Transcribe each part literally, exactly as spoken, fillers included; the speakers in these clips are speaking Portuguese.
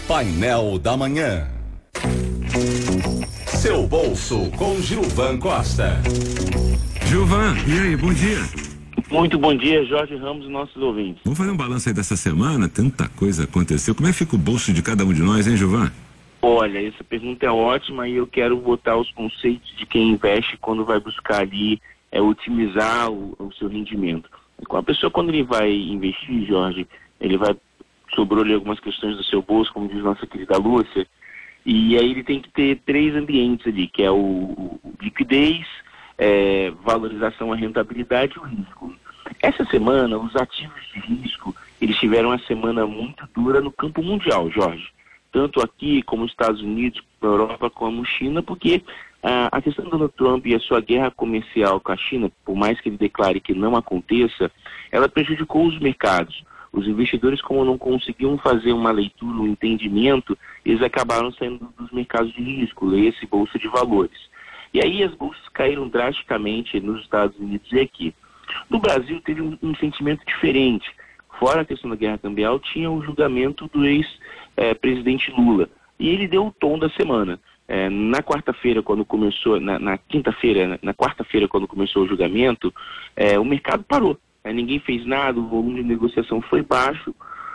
Painel da Manhã. Seu bolso com Gilvan Costa. Gilvan, e aí, bom dia. Muito bom dia, Jorge Ramos e nossos ouvintes. Vamos fazer um balanço aí dessa semana, tanta coisa aconteceu. Como é que fica o bolso de cada um de nós, hein, Gilvan? Olha, essa pergunta é ótima e eu quero botar os conceitos de quem investe quando vai buscar ali é, otimizar o, o seu rendimento. Com a pessoa, quando ele vai investir, Jorge, ele vai sobrou ali algumas questões do seu bolso, como diz nossa querida Lúcia, e aí ele tem que ter três ambientes ali, que é o, o liquidez, é, valorização, a rentabilidade e o risco. Essa semana, os ativos de risco, eles tiveram uma semana muito dura no campo mundial, Jorge. Tanto aqui como nos Estados Unidos, na Europa, como China, porque ah, a questão do Donald Trump e a sua guerra comercial com a China, por mais que ele declare que não aconteça, ela prejudicou os mercados. Os investidores, como não conseguiam fazer uma leitura, um entendimento, eles acabaram saindo dos mercados de risco, leia-se bolsa de valores. E aí as bolsas caíram drasticamente nos Estados Unidos e aqui. No Brasil teve um, um sentimento diferente. Fora a questão da guerra cambial, tinha o julgamento do ex-presidente eh, Lula. E ele deu o tom da semana. Eh, na quarta-feira, quando começou, na, na quinta-feira, na, na quarta-feira, quando começou o julgamento, eh, o mercado parou. Eh, ninguém fez nada, o volume de negociação foi baixo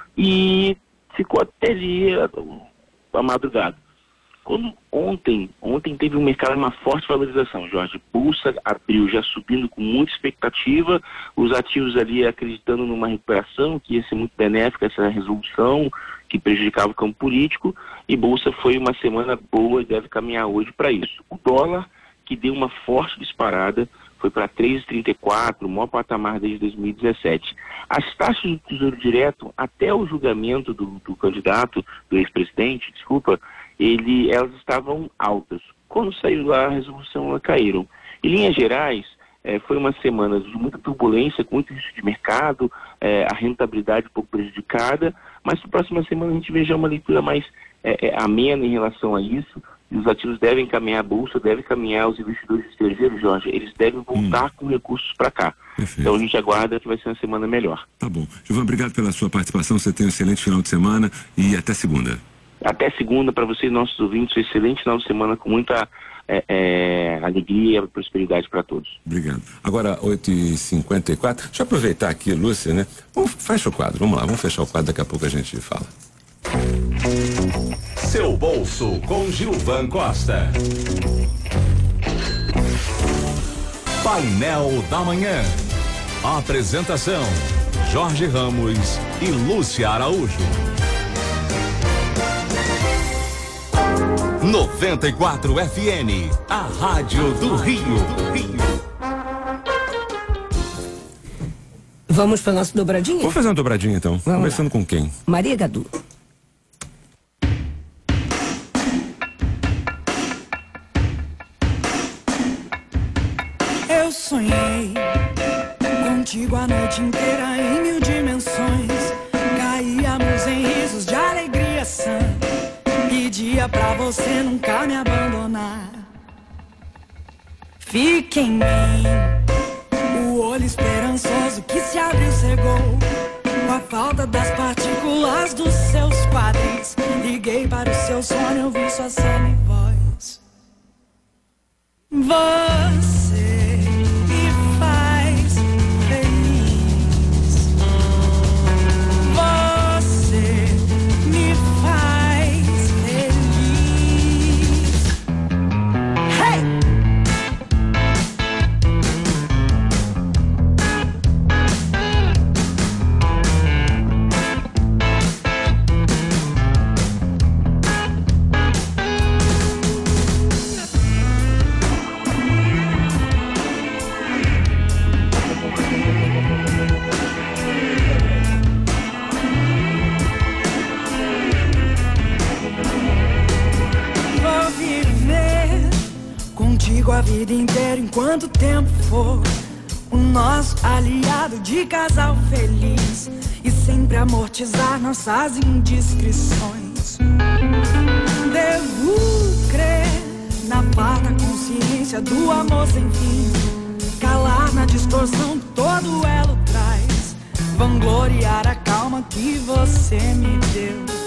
e ficou até ali a, a madrugada. Quando ontem, ontem teve um mercado, uma forte valorização, Jorge. Bolsa abriu já subindo com muita expectativa, os ativos ali acreditando numa recuperação que ia ser muito benéfica, essa resolução que prejudicava o campo político, e Bolsa foi uma semana boa e deve caminhar hoje para isso. O dólar, que deu uma forte disparada, foi para três vírgula trinta e quatro, o maior patamar desde dois mil e dezessete. As taxas de tesouro direto, até o julgamento do, do candidato, do ex-presidente, desculpa, ele, elas estavam altas. Quando saiu lá a resolução, elas caíram. Em linhas gerais, eh, foi uma semana de muita turbulência, com muito risco de mercado, eh, a rentabilidade um pouco prejudicada, mas na próxima semana a gente vê já uma leitura mais eh, eh, amena em relação a isso. E os ativos devem caminhar a bolsa, devem caminhar os investidores estrangeiros, Jorge, eles devem voltar hum. com recursos para cá. Perfeito. Então a gente aguarda que vai ser uma semana melhor. Tá bom. Gilvan, obrigado pela sua participação, você tem um excelente final de semana e até segunda. Até segunda para vocês, nossos ouvintes, um excelente final de semana com muita é, é, alegria e prosperidade para todos. Obrigado. Agora, oito e cinquenta e quatro, deixa eu aproveitar aqui, Lúcia, né? Vamos, fecha o quadro, vamos lá, vamos fechar o quadro, daqui a pouco a gente fala. Seu bolso com Gilvan Costa. Painel da Manhã. Apresentação: Jorge Ramos e Lúcia Araújo. noventa e quatro F M, a rádio do Rio. Vamos para nossa dobradinha? Vamos fazer uma dobradinha então. Vamos Começando lá. Com quem? Maria Gadu. Eu sonhei contigo a noite inteira em mil dimensões. Caíamos em risos de alegria sã. Pedia pra você nunca me abandonar. Fique em mim, o olho esperançoso que se abriu cegou. Com a falta das partículas dos seus quadris, liguei para o seu sonho, eu vi sua cena e voz. Você me faz feliz. Você me faz feliz. Hey! A vida inteira, enquanto o tempo for, o nosso aliado de casal feliz, e sempre amortizar nossas indiscrições. Devo crer na farta consciência do amor sem fim, calar na distorção que todo elo traz, vangloriar a calma que você me deu.